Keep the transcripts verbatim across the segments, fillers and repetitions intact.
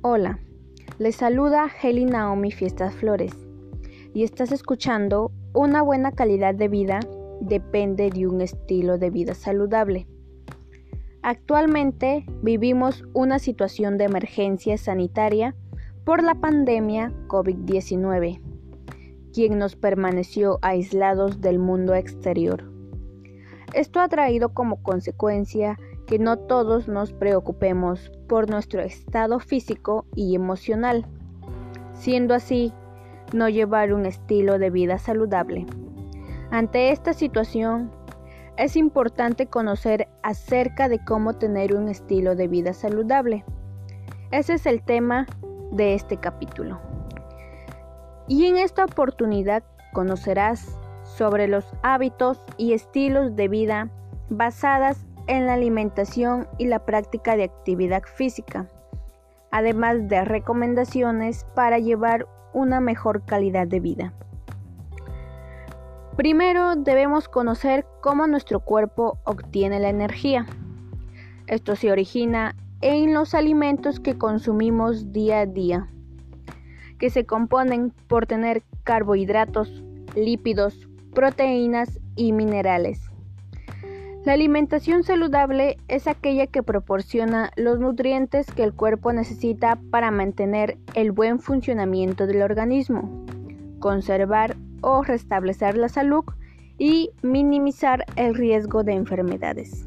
Hola, les saluda Heli Naomi Fiestas Flores y estás escuchando Una buena calidad de vida depende de un estilo de vida saludable. Actualmente vivimos una situación de emergencia sanitaria por la pandemia COVID diecinueve, quien nos permaneció aislados del mundo exterior. Esto ha traído como consecuencia que no todos nos preocupemos por nuestro estado físico y emocional, siendo así, no llevar un estilo de vida saludable. Ante esta situación, es importante conocer acerca de cómo tener un estilo de vida saludable. Ese es el tema de este capítulo. Y en esta oportunidad conocerás sobre los hábitos y estilos de vida basadas en la alimentación y la práctica de actividad física, además de recomendaciones para llevar una mejor calidad de vida. Primero debemos conocer cómo nuestro cuerpo obtiene la energía. Esto se origina en los alimentos que consumimos día a día, que se componen por tener carbohidratos, lípidos, proteínas y minerales. La alimentación saludable es aquella que proporciona los nutrientes que el cuerpo necesita para mantener el buen funcionamiento del organismo, conservar o restablecer la salud y minimizar el riesgo de enfermedades.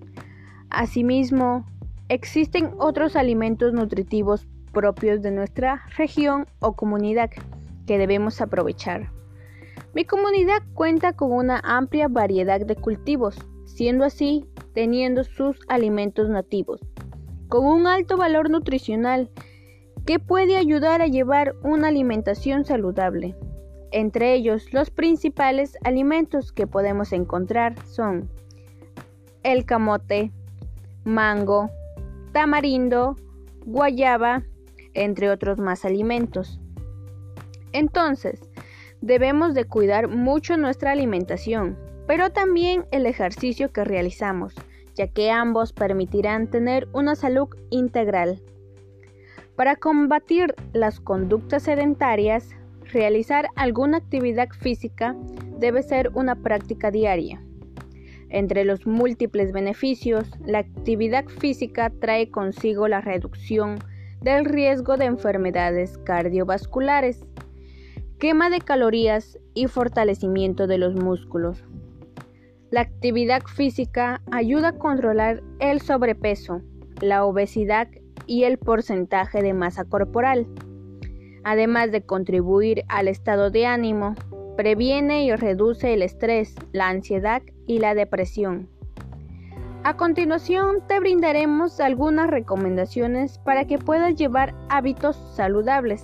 Asimismo, existen otros alimentos nutritivos propios de nuestra región o comunidad que debemos aprovechar. Mi comunidad cuenta con una amplia variedad de cultivos, siendo así teniendo sus alimentos nativos, con un alto valor nutricional que puede ayudar a llevar una alimentación saludable. Entre ellos, los principales alimentos que podemos encontrar son el camote, mango, tamarindo, guayaba, entre otros más alimentos. Entonces, debemos de cuidar mucho nuestra alimentación, pero también el ejercicio que realizamos, ya que ambos permitirán tener una salud integral. Para combatir las conductas sedentarias, realizar alguna actividad física debe ser una práctica diaria. Entre los múltiples beneficios, la actividad física trae consigo la reducción del riesgo de enfermedades cardiovasculares, quema de calorías y fortalecimiento de los músculos. La actividad física ayuda a controlar el sobrepeso, la obesidad y el porcentaje de masa corporal. Además de contribuir al estado de ánimo, previene y reduce el estrés, la ansiedad y la depresión. A continuación te brindaremos algunas recomendaciones para que puedas llevar hábitos saludables.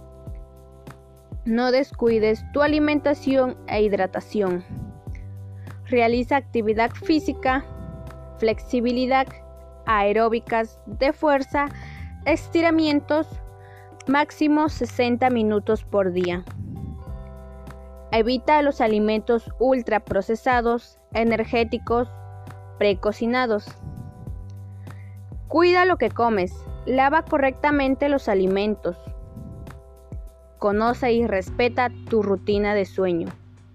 No descuides tu alimentación e hidratación. Realiza actividad física, flexibilidad, aeróbicas de fuerza, estiramientos, máximo sesenta minutos por día. Evita los alimentos ultraprocesados, energéticos, precocinados. Cuida lo que comes, lava correctamente los alimentos. Conoce y respeta tu rutina de sueño.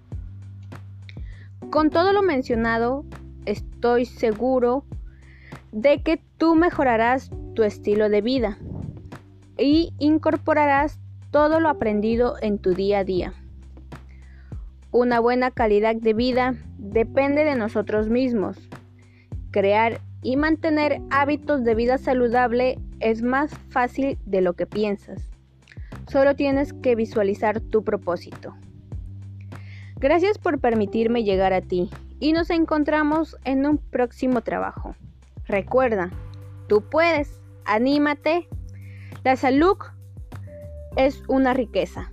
Con todo lo mencionado, estoy seguro de que tú mejorarás tu estilo de vida y incorporarás todo lo aprendido en tu día a día. Una buena calidad de vida depende de nosotros mismos. Crear y mantener hábitos de vida saludable es más fácil de lo que piensas. Solo tienes que visualizar tu propósito. Gracias por permitirme llegar a ti y nos encontramos en un próximo trabajo. Recuerda, tú puedes, anímate. La salud es una riqueza.